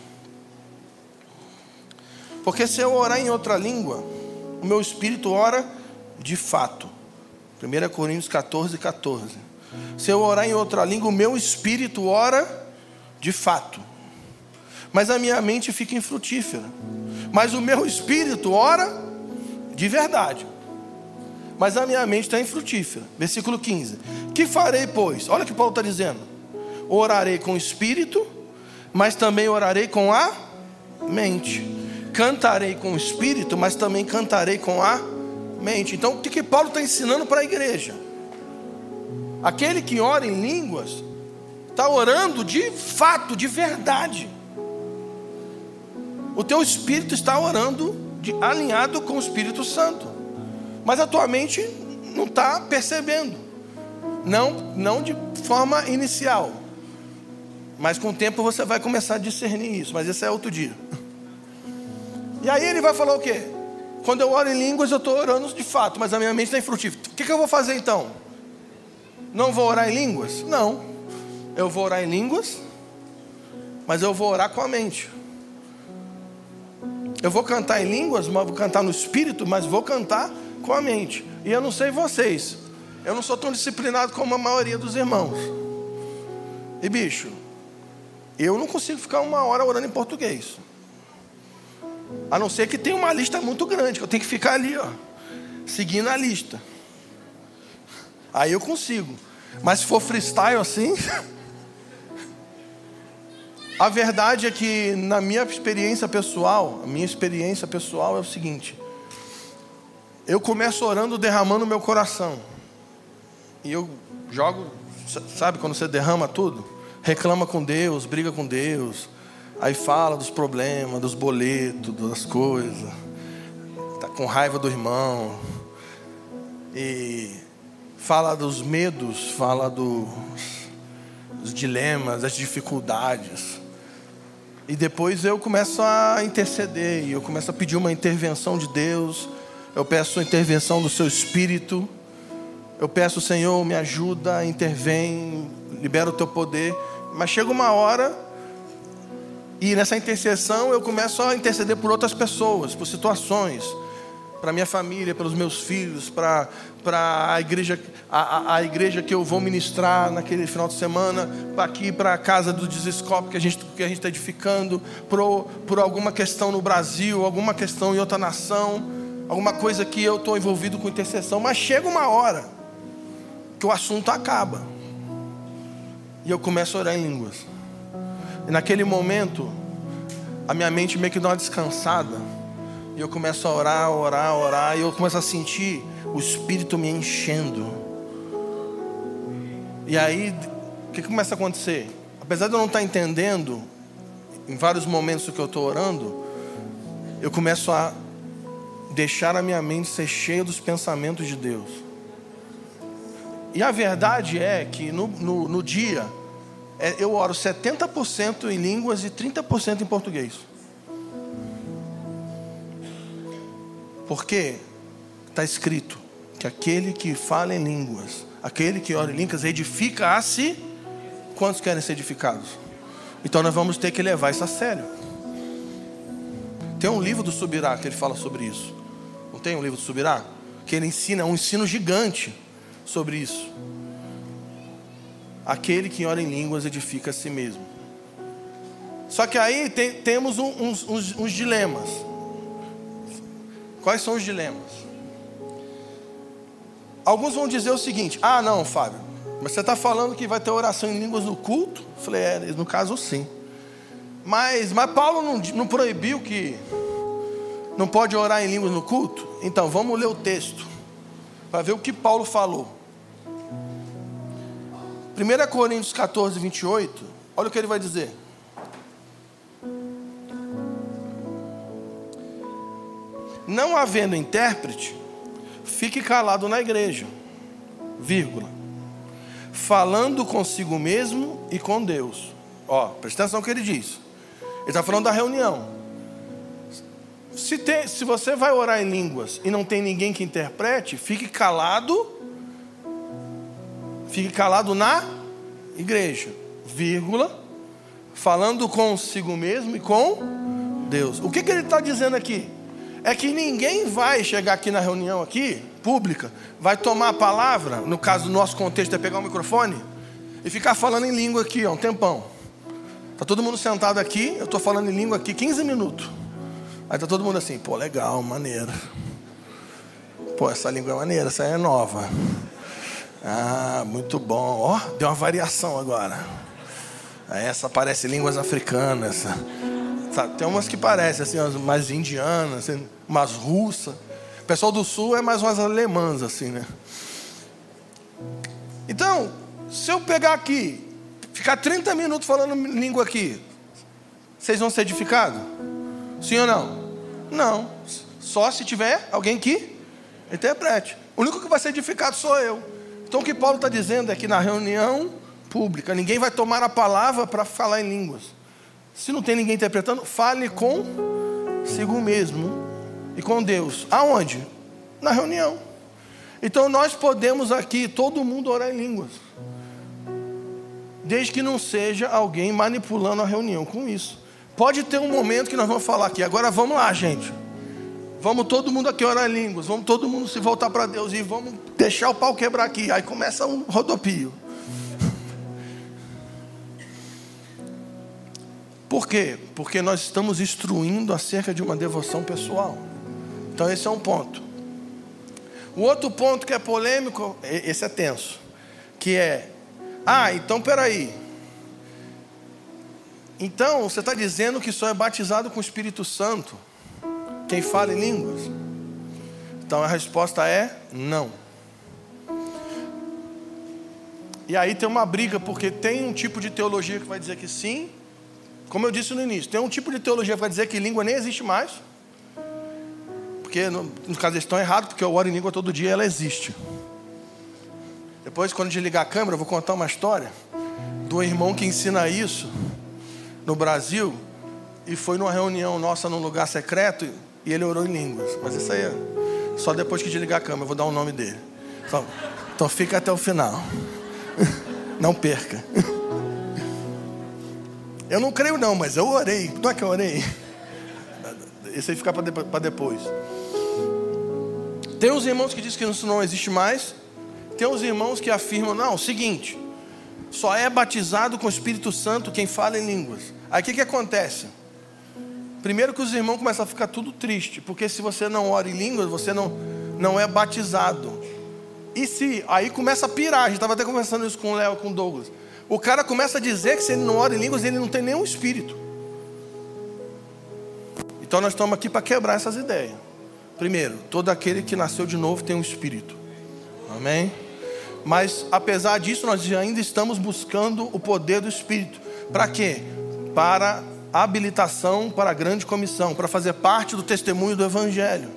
porque se eu orar em outra língua, o meu espírito ora de fato. 1 Coríntios 14, 14. Se eu orar em outra língua, o meu espírito ora de fato. Mas a minha mente fica infrutífera. Mas o meu espírito ora de verdade, mas a minha mente está infrutífera. Versículo 15. Que farei, pois? Olha o que Paulo está dizendo. Orarei com o espírito, mas também orarei com a mente. Cantarei com o espírito, mas também cantarei com a mente. Então o que Paulo está ensinando para a igreja? Aquele que ora em línguas está orando de fato, de verdade. O teu espírito está orando alinhado com o Espírito Santo, mas a tua mente não está percebendo, não de forma inicial, mas com o tempo você vai começar a discernir isso, mas esse é outro dia. E aí ele vai falar o quê? Quando eu oro em línguas eu estou orando de fato, mas a minha mente está infrutífera. O que eu vou fazer então? Não vou orar em línguas? Não, eu vou orar em línguas, mas eu vou orar com a mente. Eu vou cantar em línguas, mas vou cantar no espírito, mas vou cantar com a mente. E eu não sei vocês, eu não sou tão disciplinado como a maioria dos irmãos. E bicho, eu não consigo ficar 1 hora orando em português. A não ser que tenha uma lista muito grande, que eu tenho que ficar ali, ó, seguindo a lista. Aí eu consigo. Mas se for freestyle assim... A verdade é que na minha experiência pessoal, a minha experiência pessoal é o seguinte: eu começo orando derramando meu coração. E eu jogo, sabe quando você derrama tudo? Reclama com Deus, briga com Deus. Aí fala dos problemas, dos boletos, das coisas. Tá com raiva do irmão. E fala dos medos, fala dos dilemas, das dificuldades. E depois eu começo a interceder, e eu começo a pedir uma intervenção de Deus. Eu peço a intervenção do seu Espírito. Eu peço, Senhor, me ajuda, intervém, libera o teu poder. Mas chega uma hora, e nessa intercessão eu começo a interceder por outras pessoas, por situações, para minha família, pelos meus filhos, para a igreja que eu vou ministrar naquele final de semana, aqui para a casa do Desescope que a gente está edificando, por alguma questão no Brasil, alguma questão em outra nação, alguma coisa que eu estou envolvido com intercessão. Mas chega uma hora que o assunto acaba e eu começo a orar em línguas. E naquele momento a minha mente meio que dá uma descansada. E eu começo a orar, e eu começo a sentir o Espírito me enchendo. E aí, o que começa a acontecer? Apesar de eu não estar entendendo, em vários momentos que eu estou orando, eu começo a deixar a minha mente ser cheia dos pensamentos de Deus. E a verdade é que no dia, eu oro 70% em línguas e 30% em português. Porque está escrito que aquele que fala em línguas, aquele que ora em línguas, edifica a si. Quantos querem ser edificados? Então nós vamos ter que levar isso a sério. Tem um livro do Subirá que ele fala sobre isso. Não tem um livro do Subirá? Que ele ensina, um ensino gigante sobre isso. Aquele que ora em línguas edifica a si mesmo. Só que aí temos uns dilemas. Quais são os dilemas? Alguns vão dizer o seguinte: ah, não, Fábio, mas você está falando que vai ter oração em línguas no culto? Eu falei, no caso sim. Mas Paulo não proibiu que não pode orar em línguas no culto? Então, vamos ler o texto, para ver o que Paulo falou. 1 Coríntios 14, 28, olha o que ele vai dizer. Não havendo intérprete, fique calado na igreja, vírgula, falando consigo mesmo e com Deus. Ó, presta atenção no que ele diz. Ele está falando da reunião. Se você vai orar em línguas e não tem ninguém que interprete, fique calado na igreja, vírgula, falando consigo mesmo e com Deus. O que ele está dizendo aqui? É que ninguém vai chegar aqui na reunião aqui, pública, vai tomar a palavra, no caso do nosso contexto é pegar o microfone e ficar falando em língua aqui, ó, um tempão. Está todo mundo sentado aqui, eu estou falando em língua aqui 15 minutos. Aí tá todo mundo assim, pô, legal, maneiro. Pô, essa língua é maneira, essa é nova. Ah, muito bom. Ó, deu uma variação agora. Essa parece línguas africanas. Tem umas que parecem assim, umas mais indianas, assim, umas russas. O pessoal do sul é mais umas alemãs, assim, né? Então, se eu pegar aqui, ficar 30 minutos falando língua aqui, vocês vão ser edificados? Sim ou não? Não. Só se tiver alguém que interprete. O único que vai ser edificado sou eu. Então o que Paulo está dizendo é que na reunião pública, ninguém vai tomar a palavra para falar em línguas. Se não tem ninguém interpretando, fale consigo mesmo e com Deus. Aonde? Na reunião. Então nós podemos aqui, todo mundo orar em línguas. Desde que não seja alguém manipulando a reunião com isso. Pode ter um momento que nós vamos falar aqui. Agora vamos lá, gente. Vamos todo mundo aqui orar em línguas. Vamos todo mundo se voltar para Deus. E vamos deixar o pau quebrar aqui. Aí começa um rodopio. Por quê? Porque nós estamos instruindo acerca de uma devoção pessoal. Então esse é um ponto. O outro ponto que é polêmico, esse é tenso. Que é, então peraí. Então você está dizendo que só é batizado com o Espírito Santo quem fala em línguas? Então a resposta é não. E aí tem uma briga, porque tem um tipo de teologia que vai dizer que sim. Como eu disse no início, tem um tipo de teologia que vai dizer que língua nem existe mais. Porque no caso eles estão errados, porque eu oro em língua todo dia, ela existe. Depois, quando desligar a câmera, eu vou contar uma história do irmão que ensina isso no Brasil, e foi numa reunião nossa num lugar secreto, e ele orou em línguas. Mas isso aí é só depois que desligar a câmera, eu vou dar o nome dele. Então fica até o final. Não perca. Eu não creio não, mas eu orei. Não é que eu orei? Esse aí fica para depois. Tem uns irmãos que dizem que isso não existe mais. Tem uns irmãos que afirmam, não, o seguinte, só é batizado com o Espírito Santo quem fala em línguas. Aí o que acontece? Primeiro que os irmãos começam a ficar tudo triste, porque se você não ora em línguas, você não é batizado. E se, aí começa a pirar, a gente estava até conversando isso com o Léo, com o Douglas. O cara começa a dizer que se ele não ora em línguas, ele não tem nenhum espírito. Então nós estamos aqui para quebrar essas ideias. Primeiro, todo aquele que nasceu de novo tem um espírito. Amém? Mas apesar disso, nós ainda estamos buscando o poder do Espírito. Para quê? Para habilitação para a grande comissão, para fazer parte do testemunho do Evangelho.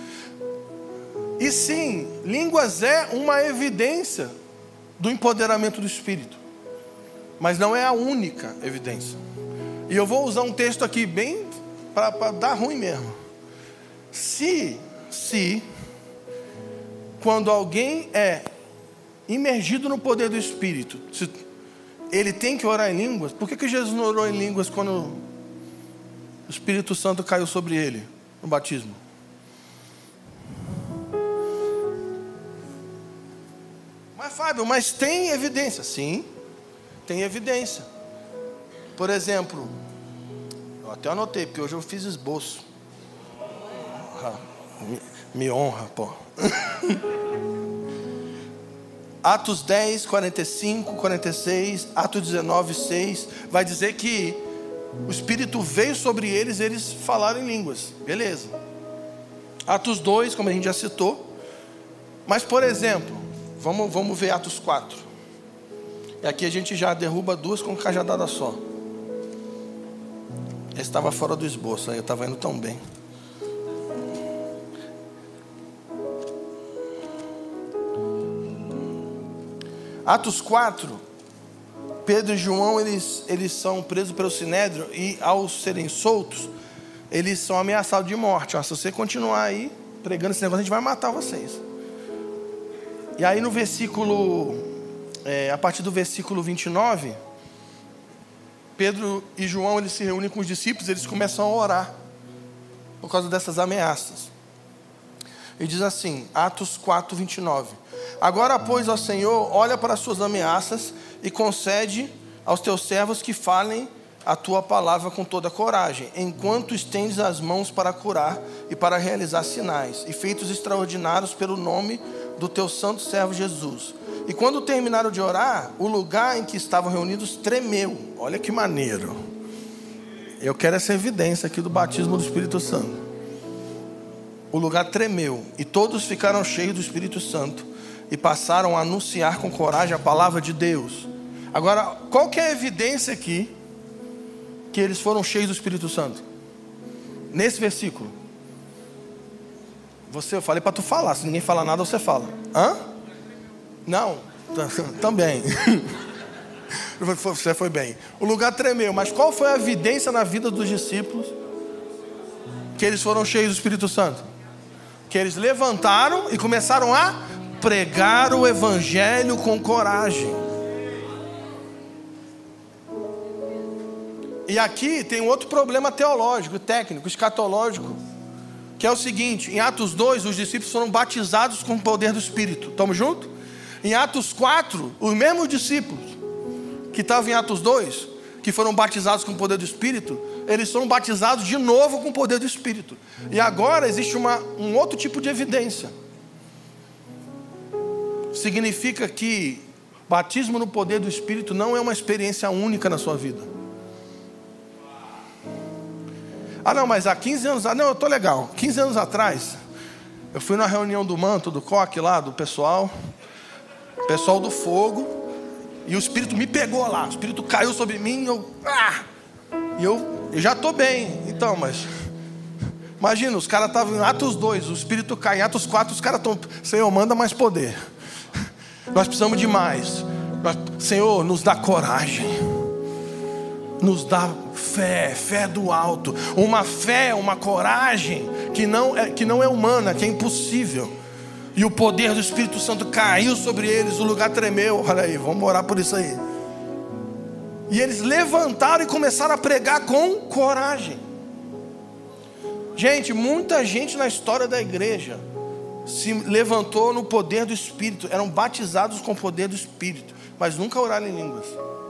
E sim, línguas é uma evidência do empoderamento do Espírito, mas não é a única evidência. E eu vou usar um texto aqui bem para dar ruim mesmo. Se quando alguém é imergido no poder do Espírito, ele tem que orar em línguas, por que Jesus não orou em línguas quando o Espírito Santo caiu sobre ele no batismo? Mas Fábio, mas tem evidência? Sim, tem evidência. Por exemplo, eu até anotei, porque hoje eu fiz esboço. Me honra, pô. Atos 10, 45, 46, Atos 19, 6, vai dizer que o Espírito veio sobre eles, eles falaram em línguas. Beleza. Atos 2, como a gente já citou. Mas, por exemplo, vamos ver Atos 4. E aqui a gente já derruba duas com cajadada só. Esse estava fora do esboço, aí eu estava indo tão bem. Atos 4, Pedro e João, eles são presos pelo Sinédrio, e ao serem soltos, eles são ameaçados de morte. Se você continuar aí pregando esse negócio, a gente vai matar vocês. E aí no versículo, a partir do versículo 29, Pedro e João, eles se reúnem com os discípulos, eles começam a orar por causa dessas ameaças. E diz assim, Atos 4, 29. Agora, pois, ó Senhor, olha para as suas ameaças e concede aos teus servos que falem a tua palavra com toda coragem, enquanto estendes as mãos para curar e para realizar sinais e feitos extraordinários pelo nome do teu santo servo Jesus. E quando terminaram de orar, o lugar em que estavam reunidos tremeu. Olha que maneiro. Eu quero essa evidência aqui do batismo do Espírito Santo. O lugar tremeu e todos ficaram cheios do Espírito Santo e passaram a anunciar com coragem a palavra de Deus. Agora, qual que é a evidência aqui que eles foram cheios do Espírito Santo? Nesse versículo. Eu falei para tu falar. Se ninguém fala nada, você fala. Hã? Não. Também. Você foi bem. O lugar tremeu. Mas qual foi a evidência na vida dos discípulos que eles foram cheios do Espírito Santo? Que eles levantaram e começaram a pregar o evangelho com coragem. E aqui tem um outro problema teológico, técnico, escatológico, que é o seguinte: em Atos 2, os discípulos foram batizados com o poder do Espírito. Estamos juntos? Em Atos 4, os mesmos discípulos que estavam em Atos 2, que foram batizados com o poder do Espírito, eles foram batizados de novo com o poder do Espírito. E agora existe um outro tipo de evidência. Significa que batismo no poder do Espírito não é uma experiência única na sua vida. Ah não, mas há 15 anos... Não, eu estou legal. 15 anos atrás, eu fui na reunião do manto, do coque lá, do pessoal do fogo, e o Espírito me pegou lá. O Espírito caiu sobre mim, e eu já estou bem. Então, mas... Imagina, os caras estavam em Atos 2, o Espírito cai. Em Atos 4, os caras estão... Senhor, manda mais poder. Nós precisamos de mais. Senhor, nos dá coragem. Nos dá fé do alto. Uma fé, uma coragem que não é humana, que é impossível. E o poder do Espírito Santo caiu sobre eles, o lugar tremeu. Olha aí, vamos orar por isso aí. E eles levantaram e começaram a pregar com coragem. Gente, muita gente na história da igreja se levantou no poder do Espírito, eram batizados com o poder do Espírito, mas nunca oraram em línguas.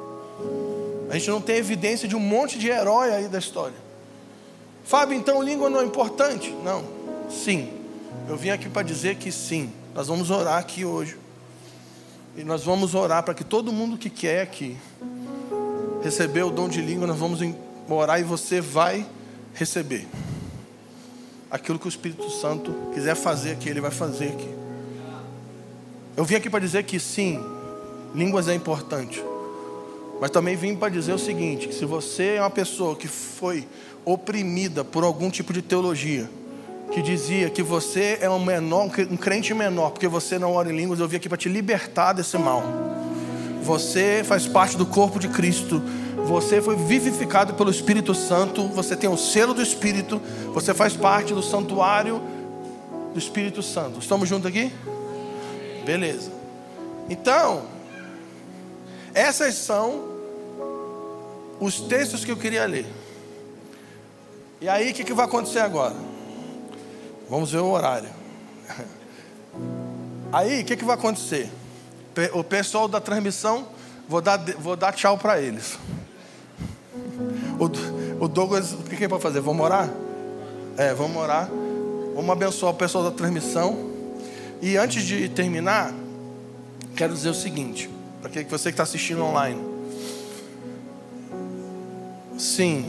A gente não tem evidência de um monte de herói aí da história. Fábio, então língua não é importante? Não, sim. Eu vim aqui para dizer que sim. Nós vamos orar aqui hoje. E nós vamos orar para que todo mundo que quer aqui receber o dom de língua, nós vamos orar e você vai receber. Aquilo que o Espírito Santo quiser fazer aqui, Ele vai fazer aqui. Eu vim aqui para dizer que sim, línguas é importante. Mas também vim para dizer o seguinte: que se você é uma pessoa que foi oprimida por algum tipo de teologia, que dizia que você é um crente menor, porque você não ora em línguas, eu vim aqui para te libertar desse mal. Você faz parte do corpo de Cristo. Você foi vivificado pelo Espírito Santo. Você tem o selo do Espírito. Você faz parte do santuário do Espírito Santo. Estamos juntos aqui? Beleza. Então, essas são os textos que eu queria ler. E aí, o que vai acontecer agora? Vamos ver o horário. Aí, o que vai acontecer? O pessoal da transmissão, vou dar tchau para eles. O Douglas, o que é para fazer? Vamos orar? Vamos orar. Vamos abençoar o pessoal da transmissão. E antes de terminar, quero dizer o seguinte, para você que está assistindo online. Sim,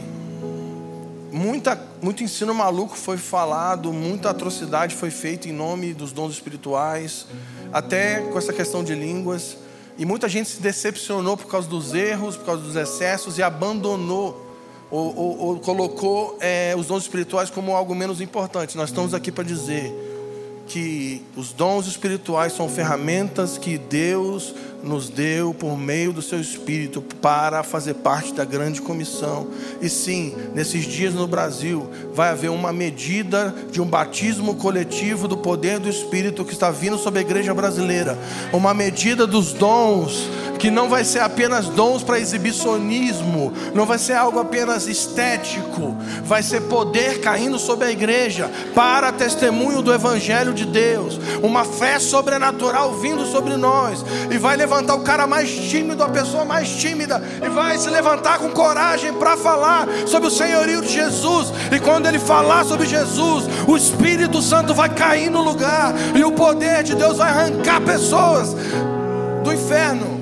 muito ensino maluco foi falado, muita atrocidade foi feita em nome dos dons espirituais, até com essa questão de línguas. E muita gente se decepcionou por causa dos erros, por causa dos excessos, e abandonou ou colocou os dons espirituais como algo menos importante. Nós estamos aqui para dizer que os dons espirituais são ferramentas que Deus nos deu por meio do seu Espírito para fazer parte da grande comissão. E sim, nesses dias no Brasil vai haver uma medida de um batismo coletivo do poder do Espírito que está vindo sobre a igreja brasileira. Uma medida dos dons, que não vai ser apenas dons para exibicionismo, não vai ser algo apenas estético, vai ser poder caindo sobre a igreja para testemunho do Evangelho de Deus, uma fé sobrenatural vindo sobre nós, e vai levantar o cara mais tímido, a pessoa mais tímida, e vai se levantar com coragem para falar sobre o senhorio de Jesus. E quando ele falar sobre Jesus, o Espírito Santo vai cair no lugar, e o poder de Deus vai arrancar pessoas do inferno.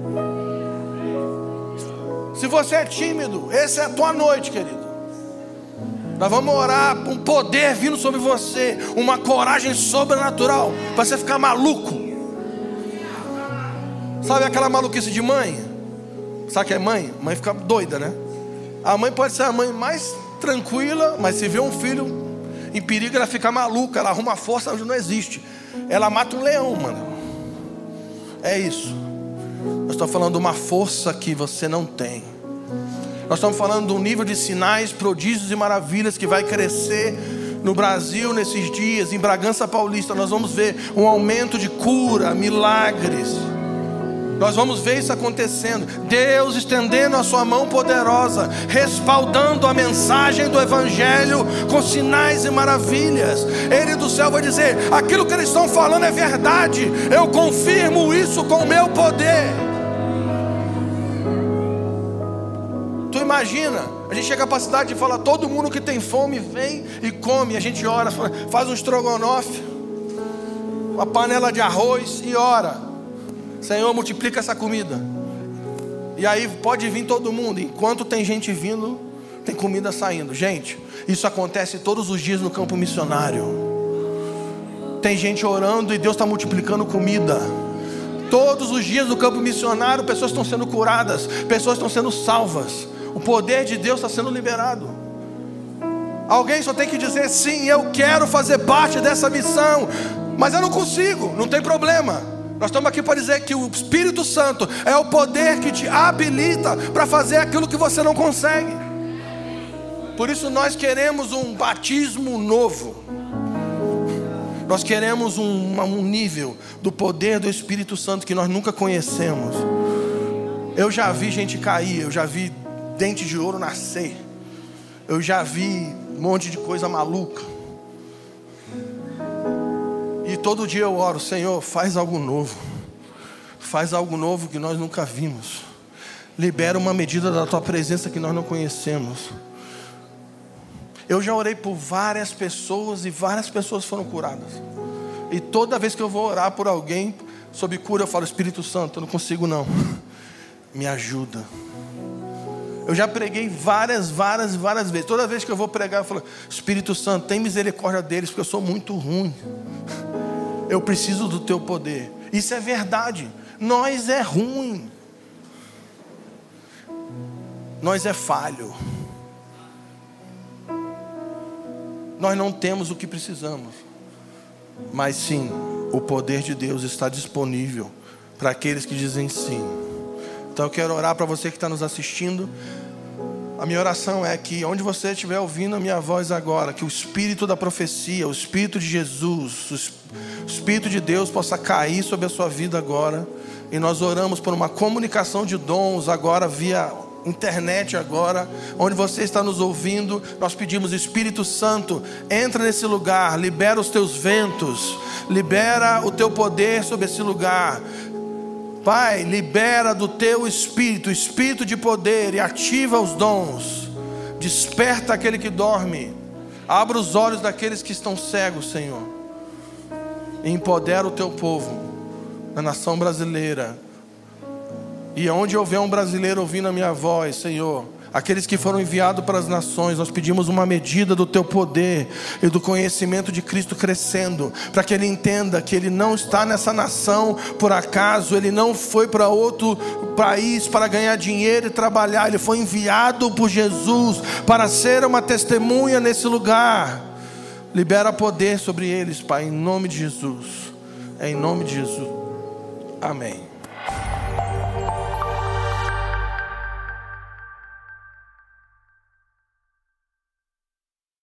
Se você é tímido, essa é a tua noite, querido. Nós vamos orar, um poder vindo sobre você, uma coragem sobrenatural, para você ficar maluco. Sabe aquela maluquice de mãe? Sabe que é mãe? Mãe fica doida, né? A mãe pode ser a mãe mais tranquila, mas se vê um filho em perigo, ela fica maluca, ela arruma força onde não existe. Ela mata um leão, mano. É isso. Nós estamos falando de uma força que você não tem. Nós estamos falando de um nível de sinais, prodígios e maravilhas que vai crescer no Brasil nesses dias. Em Bragança Paulista nós vamos ver um aumento de cura, milagres. Nós vamos ver isso acontecendo. Deus estendendo a sua mão poderosa, respaldando a mensagem do Evangelho com sinais e maravilhas. Ele do céu vai dizer: aquilo que eles estão falando é verdade, eu confirmo isso com o meu poder. Tu imagina, a gente chega à capacidade de falar: todo mundo que tem fome vem e come. A gente ora, faz um estrogonofe, uma panela de arroz e ora: Senhor, multiplica essa comida. E aí pode vir todo mundo. Enquanto tem gente vindo, tem comida saindo. Gente, isso acontece todos os dias no campo missionário. Tem gente orando e Deus está multiplicando comida. Todos os dias no campo missionário, pessoas estão sendo curadas, pessoas estão sendo salvas. O poder de Deus está sendo liberado. Alguém só tem que dizer: sim, eu quero fazer parte dessa missão, mas eu não consigo. Não tem problema. Nós estamos aqui para dizer que o Espírito Santo é o poder que te habilita para fazer aquilo que você não consegue. Por isso nós queremos um batismo novo. Nós queremos um nível do poder do Espírito Santo que nós nunca conhecemos. Eu já vi gente cair, eu já vi dente de ouro nascer, eu já vi um monte de coisa maluca. E todo dia eu oro: Senhor, faz algo novo. Faz algo novo que nós nunca vimos. Libera uma medida da tua presença que nós não conhecemos. Eu já orei por várias pessoas e várias pessoas foram curadas. E toda vez que eu vou orar por alguém sobre cura, eu falo: Espírito Santo, eu não consigo não. Me ajuda. Eu já preguei várias vezes. Toda vez que eu vou pregar, eu falo: Espírito Santo, tem misericórdia deles, porque eu sou muito ruim. Eu preciso do teu poder. Isso é verdade. Nós é ruim. Nós é falho. Nós não temos o que precisamos. Mas sim, o poder de Deus está disponível para aqueles que dizem sim. Então eu quero orar para você que está nos assistindo. A minha oração é que onde você estiver ouvindo a minha voz agora, que o Espírito da profecia, o Espírito de Jesus, o Espírito de Deus possa cair sobre a sua vida agora. E nós oramos por uma comunicação de dons agora via internet agora, onde você está nos ouvindo. Nós pedimos: Espírito Santo, entra nesse lugar, libera os teus ventos, libera o teu poder sobre esse lugar. Pai, libera do teu Espírito, Espírito de poder, e ativa os dons. Desperta aquele que dorme. Abra os olhos daqueles que estão cegos, Senhor. E empodera o teu povo na nação brasileira. E onde houver um brasileiro ouvindo a minha voz, Senhor, aqueles que foram enviados para as nações, nós pedimos uma medida do teu poder e do conhecimento de Cristo crescendo, para que ele entenda que ele não está nessa nação por acaso, ele não foi para outro país para ganhar dinheiro e trabalhar, ele foi enviado por Jesus para ser uma testemunha nesse lugar. Libera poder sobre eles, Pai, em nome de Jesus. É em nome de Jesus. Amém.